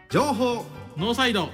情報ノーサイド。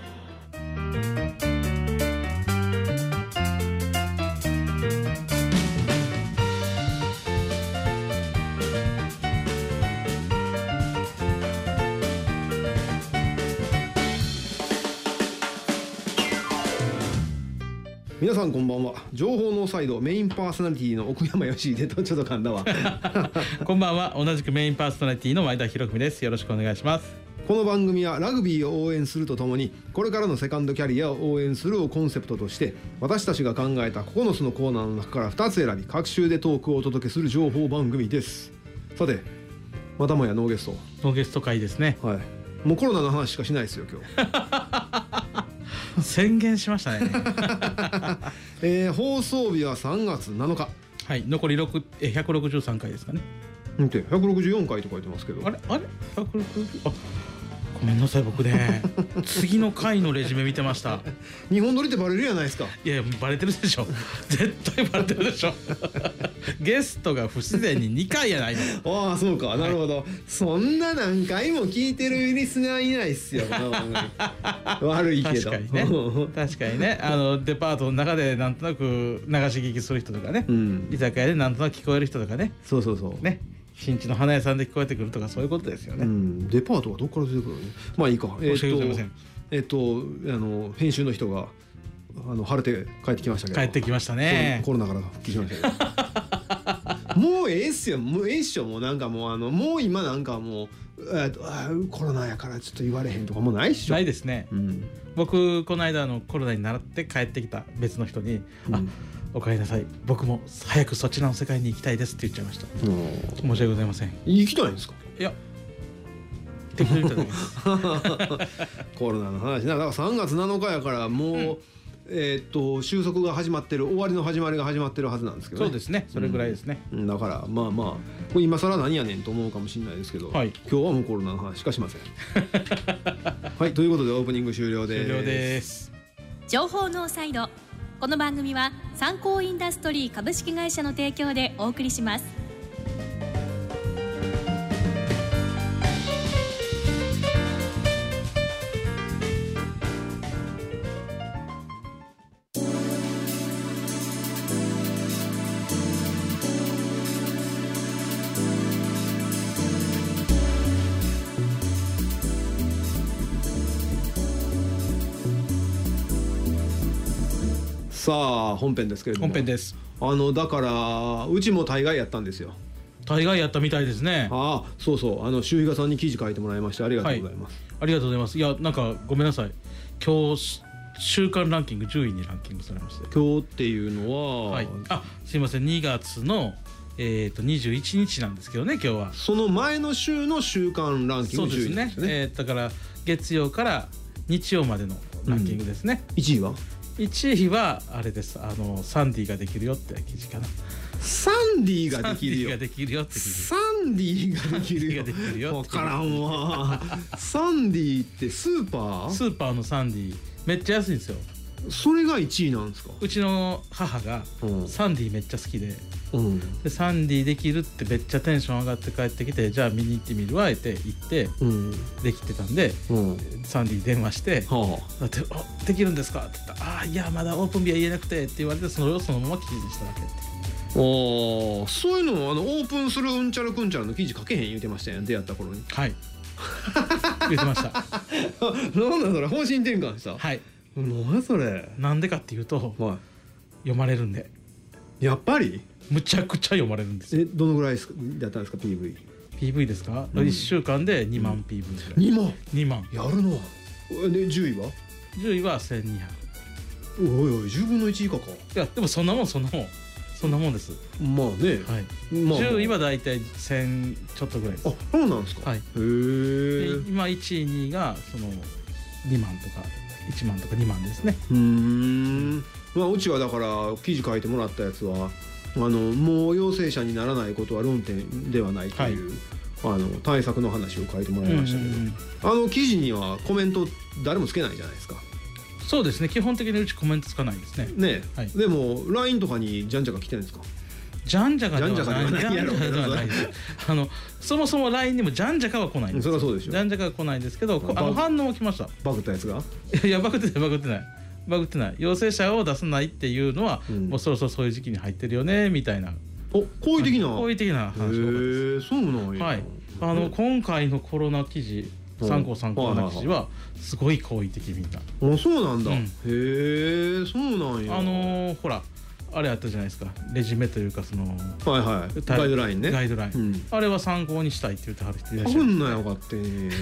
皆さんこんばんは。情報ノーサイドメインパーソナリティの奥山義秀とちょっと噛んだわこんばんは。同じくメインパーソナリティの前田博文です。よろしくお願いします。 この番組はラグビーを応援するとともにこれからのセカンドキャリアを応援するをコンセプトとして私たちが考えた9つのコーナーの中から2つ選び各週でトークをお届けする情報番組です。さてまたもやノーゲスト。 ノーゲスト会ですね。 はい。もうコロナの話しかしないですよ今日宣言しましたね放送日は3月7日。 はい。残り163回ですかね。 見て164回と書いてますけど。 あれ160。あ、ごめんなさい僕ね次の回のレジュメ見てました。 日本撮りってバレるやないですか。 いやバレてるでしょ絶対バレてるでしょゲストが不自然に2回やないの。 ああそうか、なるほど、はい、そんな何回も聞いてるリスナーいないっすよ悪いけど。 確かにね確かにね。デパートの中でなんとなく流し聞きする人とかね、居酒屋でなんとなく聞こえる人とかね。 そうそうそうね、新地の花屋さんで聞こえてくるとかそういうことですよね。 デパートはどっから出てくるのね。まあいいか。 教えてくださいません。 編集の人が晴れて帰ってきましたけど。 帰ってきましたね。 コロナから復帰しましたけどもうええっすよ。もうええっしょ。もうなんかもうもう今なんかもうコロナやからちょっと言われへんとかもうないっしょ。 ないですね。僕この間コロナになって帰ってきた別の人に、お帰りなさい、僕も早くそちらの世界に行きたいですって言っちゃいました。申し訳ございません。 行きたいんですか。いや適当に言っただけですコロナの話だから3月7日やからもう、収束が始まってる、終わりの始まりが始まってるはずなんですけどね。 そうですね、それぐらいですね。 だからまあまあこれ今更何やねんと思うかもしれないですけど、今日はもうコロナの話しかしませんはい、ということでオープニング終了です。 終了です。 情報ノーサイド。この番組は参考インダストリー株式会社の提供でお送りします。 さあ本編ですけれども。 本編です。 だからうちも大概やったんですよ。 大概やったみたいですね。 ああそうそう、周比嘉さんに記事書いてもらいましてありがとうございます。 ありがとうございます。いやなんかごめんなさい、今日週間ランキング10位にランキングされました。 今日っていうのは、 すいません、2月の21日なんですけどね。今日はその前の週の週間ランキング10位ですね。 だから月曜から日曜までのランキングですね。 1位は 1位はあれです。サンディができるよって記事かな。 サンディができるよ。 サンディができるよって記事。 サンディができるよ。わからんわ。サンディってスーパーのサンディめっちゃ安いんですよ。 それが1位なんですか。 うちの母がサンディめっちゃ好きで、でサンディできるってめっちゃテンション上がって帰ってきて、じゃあ見に行ってみるわって言って、できてたんで、サンディ電話して、だってできるんですかって言ったら、いやまだオープン日は言えなくてって言われて、そのまま記事にしただけって。 そういうのオープンするうんちゃらくんちゃらの記事書けへん言うてましたよ、出会った頃に。 はい言ってましたなんだそれ、方針転換した。 はい。 何それ。 なんでかっていうと、読まれるんで。 やっぱりむちゃくちゃ読まれるんですよ。 どのぐらいだったんですか PV ですか。1週間で2万 PV ぐらい。2万やるのは。で10位は 10位は1200。 おいおい10分の1以下か。 いやでもそんなもんです。まあね。10位はだいたい1000ちょっとぐらいです。 あ、そうなんですか。へえ。 今1位2位がその2万とか1万とか2万ですね。 うちはだから記事書いてもらったやつはもう陽性者にならないことは論点ではないという、対策の話を書いてもらいましたけど、記事にはコメント誰もつけないじゃないですか。 そうですね、基本的にうちコメントつかないですね。 でも LINE とかにじゃんじゃが来てるんですか。 じゃんじゃかではない。 じゃんじゃかではないそもそも LINE にもじゃんじゃかは来ないんです。 そりゃそうでしょ。 じゃんじゃかは来ないんですけど、反応も来ました。 バグったやつがいやバグってない陽性者を出さないっていうのは、もうそろそろそういう時期に入ってるよねみたいな。 好意的な話を。 そうなんや。 はい。今回のコロナ記事、参考コロナ記事はすごい好意的みんな。 そうなんだ。へえ、そうなんや。 ほらあれあったじゃないですか、レジュメというかそのガイドラインね。 ガイドライン、あれは参考にしたいって言ってはる人いらっしゃる。 あんなよかって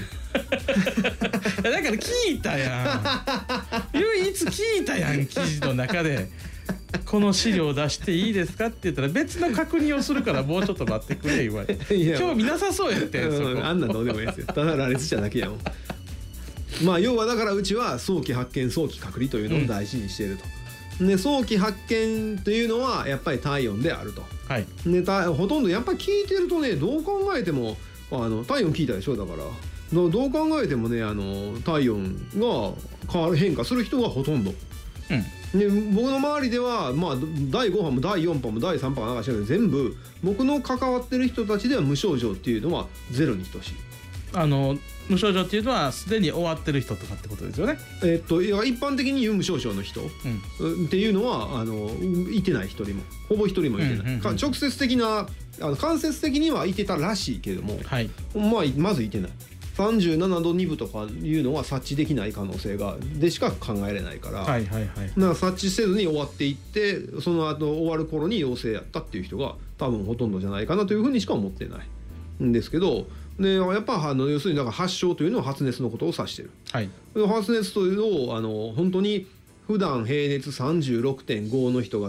だから聞いたやん唯一聞いたやん記事の中でこの資料出していいですかって言ったら別の確認をするからもうちょっと待ってくれ言われて興味なさそうやってあんなどうでもいいですよ。ただ羅列しただけやもん。まあ要はだからうちは早期発見早期隔離というのを大事にしていると。で早期発見というのはやっぱり体温であると。 はい。 でほとんどやっぱり聞いてるとね、どう考えても体温聞いたでしょ。だからどう考えてもね体温が変化する人がほとんど。で僕の周りではまあ第5波も第4波も第3波がなんかしら全部僕の関わってる人たちでは無症状っていうのはゼロに等しい。 無症状っていうのはすでに終わってる人とかってことですよね。 いや一般的に言う無症状の人、っていうのはいてない一人もほぼ一人もいてない、直接的な間接的にはいてたらしいけれども、まずいてない。37度2分とかいうのは察知できない可能性でしか考えれないから、察知せずに終わっていってその後終わる頃に陽性やったっていう人が多分ほとんどじゃないかなというふうにしか思ってないんですけど、でやっぱ要するにだから発症というのは発熱のことを指してる。発熱というのを本当に普段平熱 36.5 の人が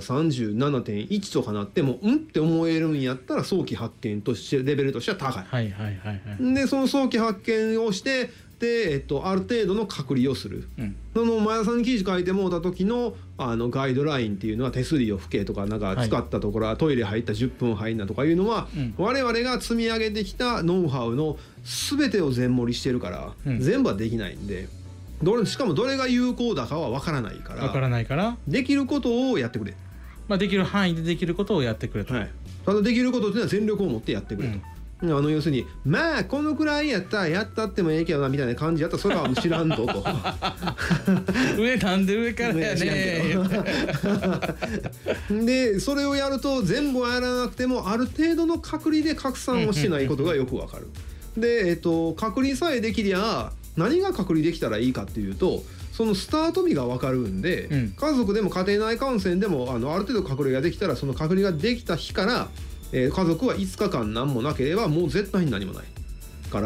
37.1 とかなってもって思えるんやったら早期発見としてレベルとしては高い。でその早期発見をしてで、ある程度の隔離をする、その前田さんに記事書いてもうた時のガイドラインっていうのは手すりを吹けとかなんか使ったところはトイレ入った10分入んなとかいうのは、我々が積み上げてきたノウハウの全てを全盛りしてるから、全部はできないんで。しかもどれが有効だかは分からないからできることをやってくれ、 できる範囲でできることをやってくれと、 ただできることっていうのは全力を持ってやってくれと、要するにまあこのくらいやったらやったってもええけどなみたいな感じやったらそれは知らんぞとなんで上からやねでそれをやると全部はやらなくてもある程度の隔離で拡散をしてないことがよく分かる。で、隔離さえできりゃ何が隔離できたらいいかっていうとそのスタート日が分かるんで、家族でも家庭内感染でもある程度隔離ができたらその隔離ができた日から、家族は5日間何もなければもう絶対に何もないから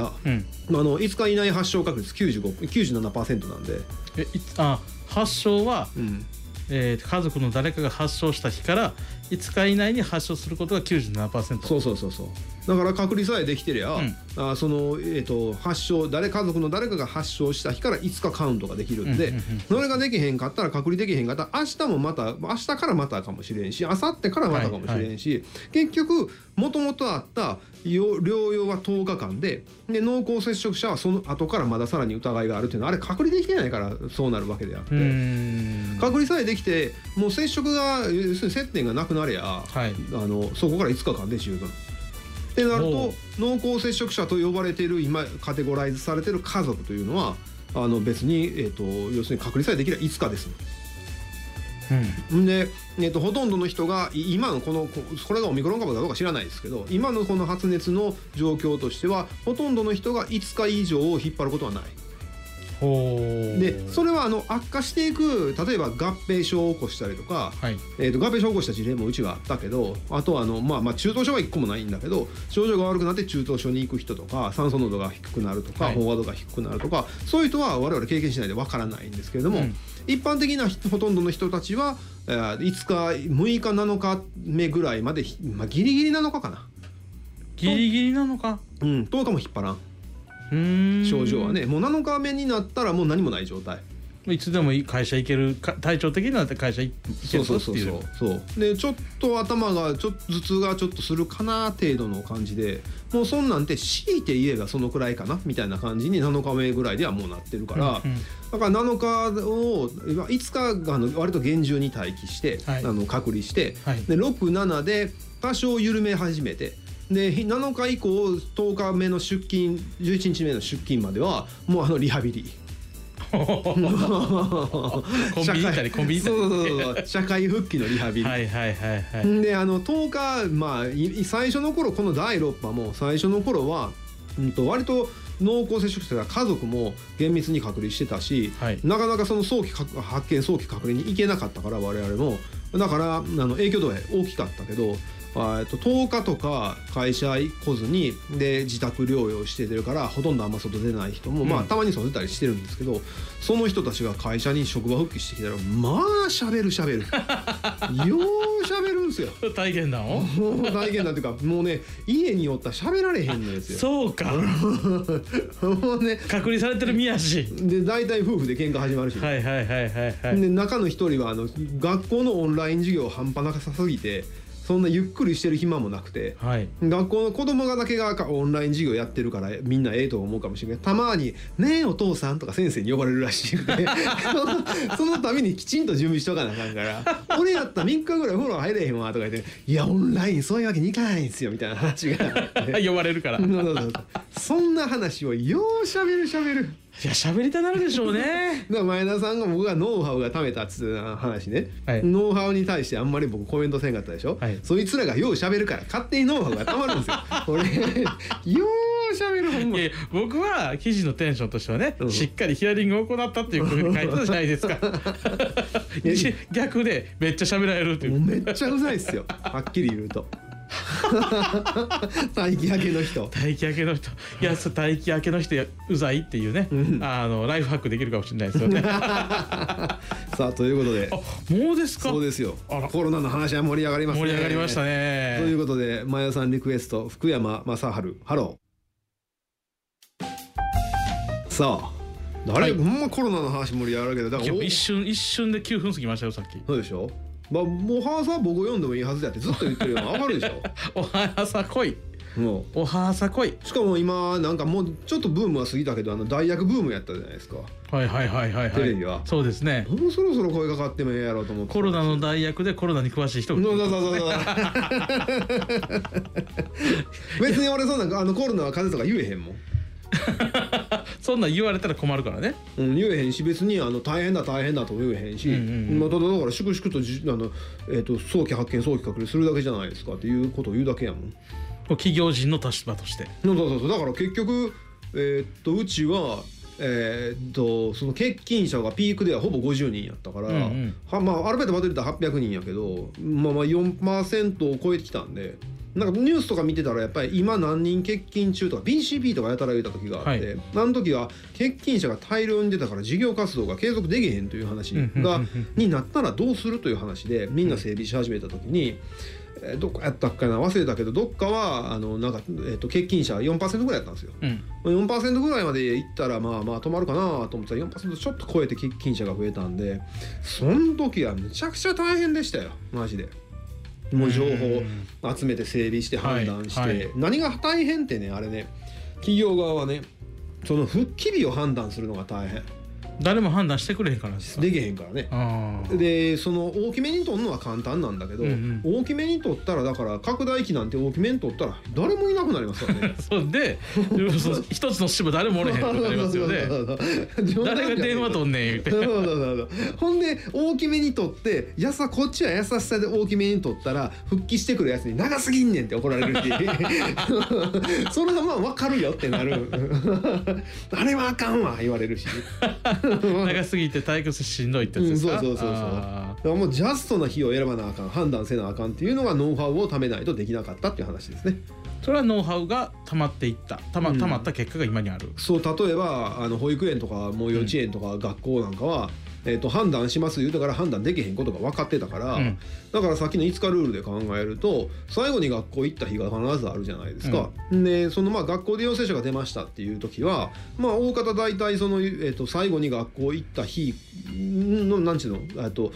、5日以内発症確率 97% なんで発症は、家族の誰かが発症した日から5日以内に発症することが 97%。 そうだから隔離さえできてりゃ、その、発症家族の誰かが発症した日から5日カウントができるんで、それができへんかったら隔離できへんかったら明日からまたかもしれんし明後日からまたかもしれんし、結局もともとあった療養は10日間で濃厚接触者はその後からまださらに疑いがあるっていうのはあれ隔離できてないからそうなるわけであって、隔離さえできてもう接触が要するに接点がなくなりゃ、そこから5日間で十分ってなると濃厚接触者と呼ばれている今カテゴライズされている家族というのは別に、要するに隔離さえできれば5日です。で、ほとんどの人が今のこれがオミクロン株かどうか知らないですけど今のこの発熱の状況としてはほとんどの人が5日以上を引っ張ることはない。でそれは悪化していく例えば合併症を起こしたりとか、合併症を起こした事例もうちはあったけどあとは中等症は1個もないんだけど症状が悪くなって中等症に行く人とか酸素濃度が低くなるとか飽和度が低くなるとかそういう人は我々経験しないでわからないんですけれども、一般的なほとんどの人たちは5日6日7日目ぐらいまで、ギリギリ7日かなギリギリ7日 10日も引っ張らん症状はねもう7日目になったらもう何もない状態。 いつでも会社行ける体調的になって会社行けるぞっていう。 そうでちょっと頭が頭痛がちょっとするかな程度の感じでもうそんなんて強いて言えばそのくらいかなみたいな感じに7日目ぐらいではもうなってるから、だから7日を5日が割と厳重に待機して、隔離して、で6、7で多少緩め始めて、で7日以降10日目の出勤11日目の出勤まではもうリハビリコンビニ行ったりそう社会復帰のリハビリで10日最初の頃この第6波も最初の頃は、割と濃厚接触者が家族も厳密に隔離してたし、なかなかその早期発見早期隔離に行けなかったから我々もだから影響度は大きかったけど10日とか会社行こずにで自宅療養してるからほとんどあんま外出ない人も、たまに外出たりしてるんですけど、その人たちが会社に職場復帰してきたらまあ喋るよう喋るんですよ。 体験談を体験談っていうかもうね家におったら喋られへんのですよ。 そうかもうね隔離されてる宮氏で大体夫婦で喧嘩始まるし、で中の一人は学校のオンライン授業半端なさすぎてそんなゆっくりしてる暇もなくて、学校の子供がだけがオンライン授業やってるからみんなと思うかもしれない。たまに「ねえお父さん」とか先生に呼ばれるらしいでそのためにきちんと準備しとかなあかんから「俺やったら3日ぐらい風呂入れへんわ」とか言って「いやオンラインそういうわけにいかないんですよ」みたいな話が呼ばれるからそんな話をようしゃべるいや喋りたなるでしょうねだから前田さんが僕がノウハウが貯めたっつう話ね、ノウハウに対してあんまり僕コメントせんかったでしょ、そいつらがよう喋るから勝手にノウハウが貯まるんですよ俺よう喋るほんま僕は記事のテンションとしてはね、しっかりヒアリングを行ったっていうふうに書いてたじゃないですか逆でめっちゃ喋られるっていうめっちゃうざいっすよはっきり言うと待機明けの人いや待機明けの人うざいっていうね、ライフハックできるかもしれないですよねさあということでもうですか。 そうですよ。コロナの話は盛り上がりますね。 盛り上がりましたね。 ということで前田さんリクエスト福山雅治ハロー。さあ誰、ほんまコロナの話盛り上がるけどだから一瞬で9分過ぎましたよさっき。 そうでしょ。もうはーさ僕読んでもいいはずだってずっと言ってるよわかるでしょおはーさ来いおはーさ来い。 しかも今なんかもうちょっとブームは過ぎたけど代役ブームやったじゃないですか。テレビはそうですね。 もうそろそろ声かかってもええやろうと思って。 コロナの代役でコロナに詳しい人が別に俺そんなコロナは風邪とか言えへんもんそんなん言われたら困るからね、 言えへんし別に大変だとも言えへんし、ただだから粛々と早期発見早期隔離するだけじゃないですかっていうことを言うだけやもん企業人の立場として。 そうだから結局うちはその欠勤者がピークではほぼ50人やったから、アルバイトまで入れたら800人やけど4% を超えてきたんで、なんかニュースとか見てたらやっぱり今何人欠勤中とか BCP とかやたら言った時があって、あの時は欠勤者が大量に出たから事業活動が継続できへんという話になったらどうするという話でみんな整備し始めた時に、どこやったっけな忘れたけどどっかはなんか欠勤者 4% ぐらいやったんですよ、4% ぐらいまでいったらまあ止まるかなと思ったら 4% ちょっと超えて欠勤者が増えたんで、その時はめちゃくちゃ大変でしたよマジで。もう情報集めて整理して判断して、何が大変ってねあれね企業側はねその復帰日を判断するのが大変。 誰も判断してくれへんからですか。 できへんからね。でその大きめに取るのは簡単なんだけど、大きめに取ったらだから拡大機なんて大きめに取ったら誰もいなくなりますからねそうで一つの支部誰もおれへんとなりますよね誰が電話取んねん言うてほんで大きめに取ってこっちは優しさで大きめに取ったら復帰してくるやつに長すぎんねんって怒られるしそれはまあ分かるよってなるあれはあかんわ言われるし長すぎて退屈しんどいってやつですか。 そうだからもうジャストな日を選ばなあかん判断せなあかんっていうのがノウハウを貯めないとできなかったっていう話ですね。 それはノウハウが溜まっていった溜まった結果が今にある。 そう例えば保育園とかもう幼稚園とか学校なんかは、判断します言うてから判断できへんことが分かってたから、だからさっきの5日ルールで考えると最後に学校行った日が必ずあるじゃないですか、でその学校で陽性者が出ましたっていう時は大方大体その、最後に学校行った日の何ちゅうの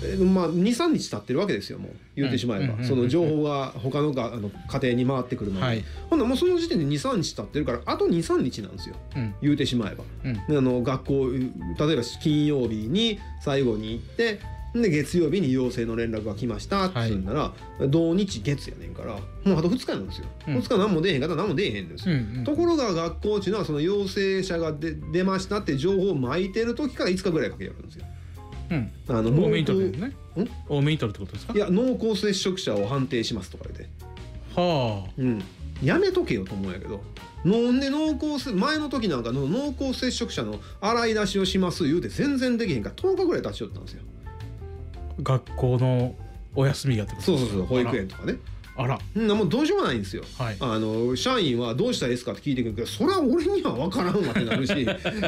2,3 日経ってるわけですよもう言うてしまえば、その情報が他の家庭に回ってくるまで、ほんならもうその時点で 2,3 日経ってるからあと 2,3 日なんですよ、言うてしまえば、学校例えば金曜日に最後に行ってで月曜日に陽性の連絡が来ましたって言うんなら、土日月やねんからもうあと2日なんですよ、2日何も出えへんから何も出えへんですよ、ところが学校っていうのはその陽性者が出ましたって情報を巻いてる時から5日ぐらいかけてやるんですよ。 多めに取るね。多めに取るってことですか？ いや濃厚接触者を判定しますとか言って、やめとけよと思うんやけど、なんで前の時なんかの濃厚接触者の洗い出しをします言うて全然できへんから10日ぐらい経ちよったんですよ。 学校のお休みがってことですか？ そう保育園とかね。 あら、 もうどうしようもないんですよ、社員はどうしたらいいですかって聞いてくるけど、それは俺には分からんわってなるし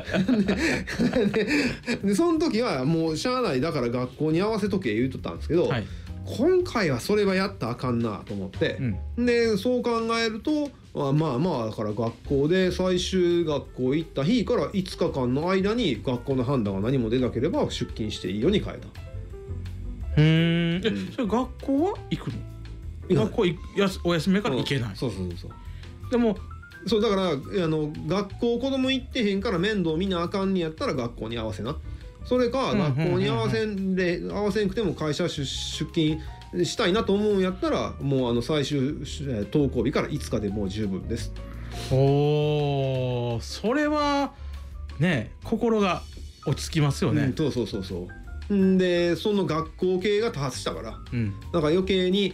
でその時はもう社内だから学校に合わせとけ言うとったんですけど、今回はそれはやったらあかんなと思って、でそう考えるとまあだから学校で最終学校行った日から5日間の間に学校の判断が何も出なければ出勤していいように変えた。 それ学校は行くの？学校お休みから行けない。 そうでもそうだから学校子供行ってへんから面倒見なあかんにやったら学校に合わせな。それか学校に合わせんくても会社出勤したいなと思うんやったらもう最終登校日から5日でもう十分です。 それはね心が落ち着きますよね。 そうでその学校系が多発したから、だから余計に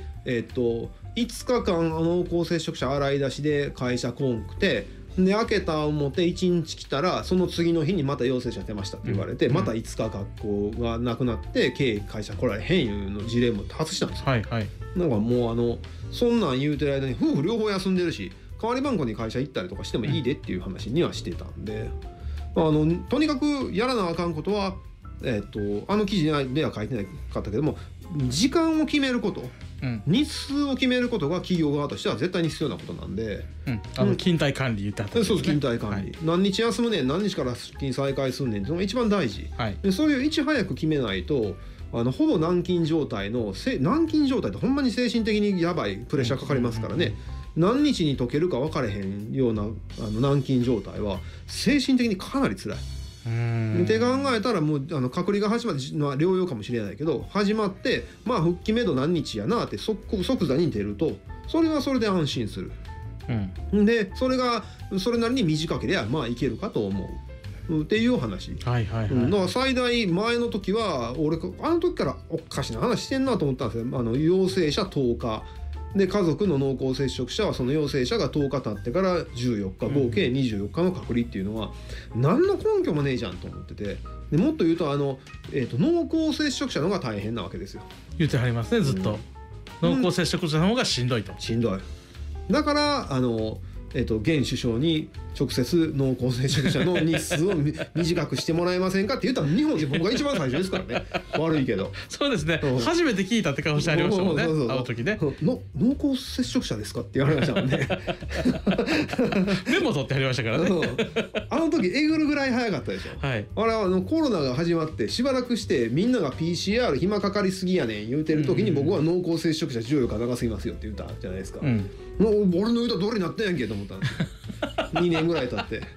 5日間濃厚接触者洗い出しで会社来んくて、で開けた表1日来たらその次の日にまた陽性者出ましたって言われて、また5日学校がなくなって会社来られへんいうの事例も多発したんですよ。なんかもうそんなん言うてる間に夫婦両方休んでるし代わり番号に会社行ったりとかしてもいいでっていう話にはしてたんで、とにかくやらなあかんことは記事では書いてなかったけども時間を決めること、日数を決めることが企業側としては絶対に必要なことなんで、 勤怠管理言ってはったんですね。 そう勤怠管理、何日休むねん何日から出勤再開すんねんっていうのが一番大事、でそういういち早く決めないとほぼ軟禁状態ってほんまに精神的にやばいプレッシャーかかりますからね、何日に解けるか分かれへんような軟禁状態は精神的にかなり辛い。って考えたらもう隔離が始まって療養かもしれないけど始まって復帰めど何日やなって即座に出るとそれはそれで安心する、でそれなりに短ければいけるかと思うっていう話。だから最大前の時は俺時からおかしな話してんなと思ったんですよ。陽性者10日で家族の濃厚接触者はその陽性者が10日経ってから14日合計24日の隔離っていうのは何の根拠もねえじゃんと思ってて、でもっと言うと濃厚接触者の方が大変なわけですよ。 言ってはりますねずっと、濃厚接触者の方がしんどいと。 しんどい。だから現首相に直接濃厚接触者の日数を短くしてもらえませんかって言ったら日本で僕が一番最初ですからね悪いけど。 そうですね、初めて聞いたって顔してありましたもんね。会う時ね濃厚接触者ですかって言われましたもんねメモ取ってありましたからね時えぐるぐらい早かったでしょ、あれはコロナが始まってしばらくしてみんなが PCR 暇かかりすぎやねん言うてる時に僕は濃厚接触者14日長すぎますよって言ったじゃないですか、もう俺の言うた通りになってんやんけと思ったんですよ2年ぐらい経って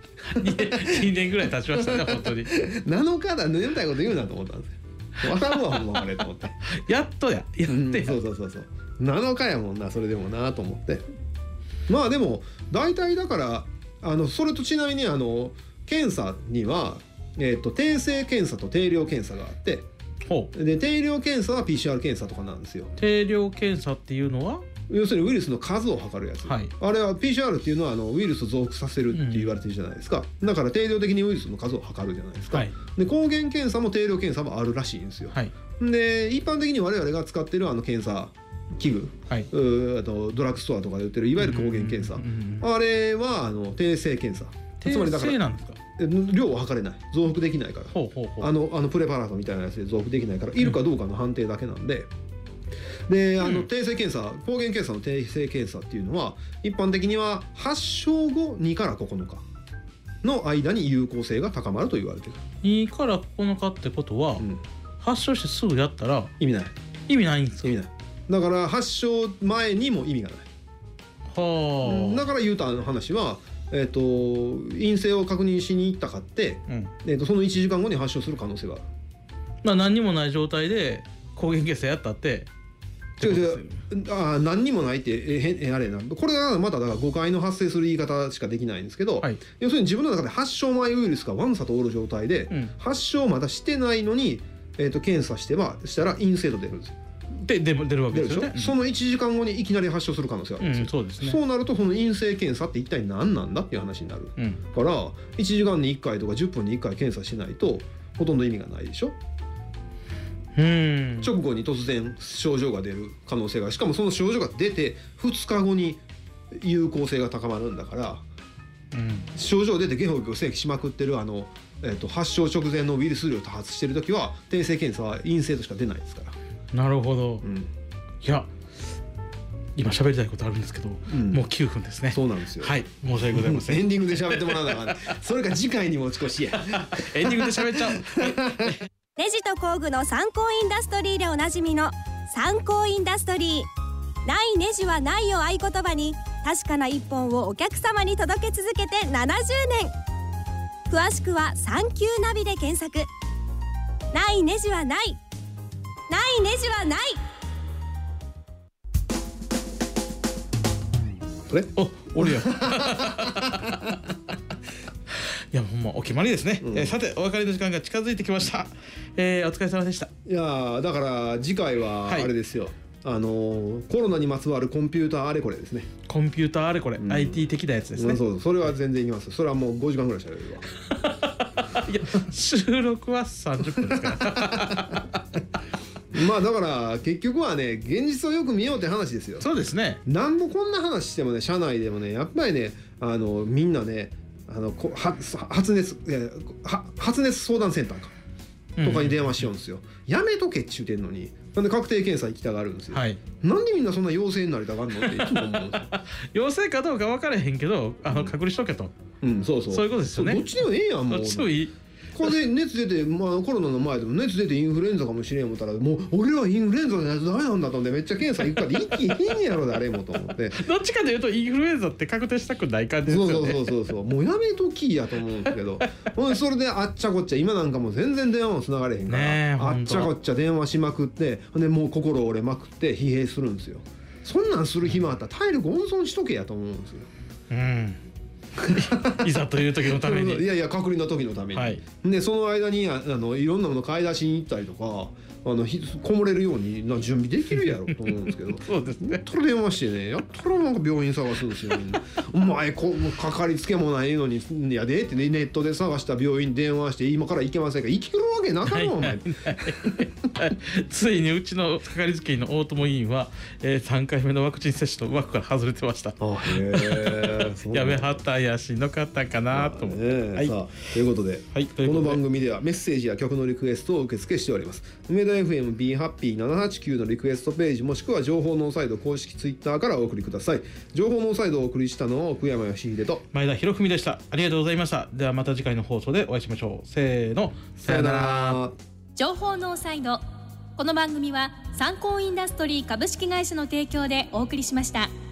2年ぐらい経ちましたね本当に 7日だ眠たいこと言うなと思ったんですよ。笑うわほんまあれと思ってやっとやって、 そう7日やもんなそれでもなと思って、でも大体だからそれとちなみに検査には、定性検査と定量検査があって、で定量検査は PCR 検査とかなんですよ。 定量検査っていうのは要するにウイルスの数を測るやつ、あれは PCR っていうのはウイルスを増幅させるって言われてるじゃないですか、だから定量的にウイルスの数を測るじゃないですか、で抗原検査も定量検査もあるらしいんですよ、で一般的に我々が使ってる検査器具、あとドラッグストアとかで売ってるいわゆる抗原検査、あれは定性検査、 つまりだからなんですか量を測れない増幅できないからプレパラートみたいなやつで増幅できないからいるかどうかの判定だけなんで、で定性検査抗原検査の定性検査っていうのは一般的には発症後2から9日の間に有効性が高まると言われている。 2から9日ってことは、発症してすぐやったら意味ないんですか？意味ない。だから発症前にも意味がない。だから言うた話は陰性を確認しに行ったかって、その1時間後に発症する可能性がある。 何にもない状態で抗原検査やったって何にもないってあれな、これがまただから誤解の発生する言い方しかできないんですけど、要するに自分の中で発症前ウイルスがわんさとおる状態で、発症まだしてないのに、検査したら陰性と出るんですよ。 で出るわけですよね。 その1時間後にいきなり発症する可能性があるんですよ。そうですね。そうなるとその陰性検査って一体何なんだっていう話になる、から1時間に1回とか10分に1回検査しないとほとんど意味がないでしょ。直後に突然症状が出る可能性が、しかもその症状が出て2日後に有効性が高まるんだから、症状出てゲホゲホ咳しまくってる発症直前のウイルス量多発してる時は定性検査は陰性としか出ないですから。 なるほど、いや今喋りたいことあるんですけど、もう9分ですね。 そうなんですよ。 はい、申し訳ございません。 エンディングで喋ってもらわなあかんそれか次回に持ち越しやエンディングで喋っちゃうネジと工具の参考インダストリーでおなじみの参考インダストリー。ないネジはないを合言葉に確かな一本をお客様に届け続けて70年。詳しくはサンキューナビで検索。ないネジはない、ないネジはない。 あれ？ おるやいやほんまお決まりですね、さてお別れの時間が近づいてきました、お疲れ様でした。 いやだから次回はあれですよ、コロナにまつわるコンピューターあれこれですね。 コンピューターあれこれ、IT 的なやつですね。 そうそれは全然いきます。それはもう5時間ぐらいしゃべるわいや収録は30分ですからまあだから結局はね、現実をよく見ようって話ですよ。 そうですね。 なんもこんな話してもね、社内でもねやっぱりねみんなね発熱相談センターかとかに電話しようんですよ、やめとけっちゅうてんのに、なんで確定検査行きたがるんですよ、なんでみんなそんな陽性になりたがるのっていつも思うんですよ陽性かどうか分からへんけど隔離しとけと、そういうことですよね。 どっちでもええやん。もうどっちでもいい。これで熱出て、コロナの前でも熱出てインフルエンザかもしれん思ったら、もう俺はインフルエンザのやつダメなんだと思ってめっちゃ検査行くから一気に変やろ誰もと思ってどっちかというとインフルエンザって確定したくない感じですよね。 そうもうやめときやと思うんですけどそれであっちゃこっちゃ、今なんかもう全然電話もつながれへんから、あっちゃこっちゃ電話しまくって、でもう心折れまくって疲弊するんですよ。そんなんする暇あったら体力温存しとけやと思うんですよ。 いざという時のためにいや隔離の時のために、でその間にいろんなもの買い出しに行ったりとかこもれるように準備できるやろと思うんですけどそうですね。 やったら電話してね、やったらなんか病院探すんですよお前かかりつけもないのにやでってネットで探した病院電話して今から行けませんか、行けるわけなかろお前ついにうちのかかりつけ医の大友委員は、3回目のワクチン接種の枠から外れてました。やめはったやしのかったかなと思って、 さあということで、この番組ではメッセージや曲のリクエストを受付しております。梅田 FM Be Happy789 のリクエストページもしくは情報ノーサイド公式ツイッターからお送りください。情報ノーサイドをお送りしたのは奥山義秀と前田博文でした。ありがとうございました。ではまた次回の放送でお会いしましょう。せーの、さよなら。 情報ノーサイド。この番組は参考インダストリー株式会社の提供でお送りしました。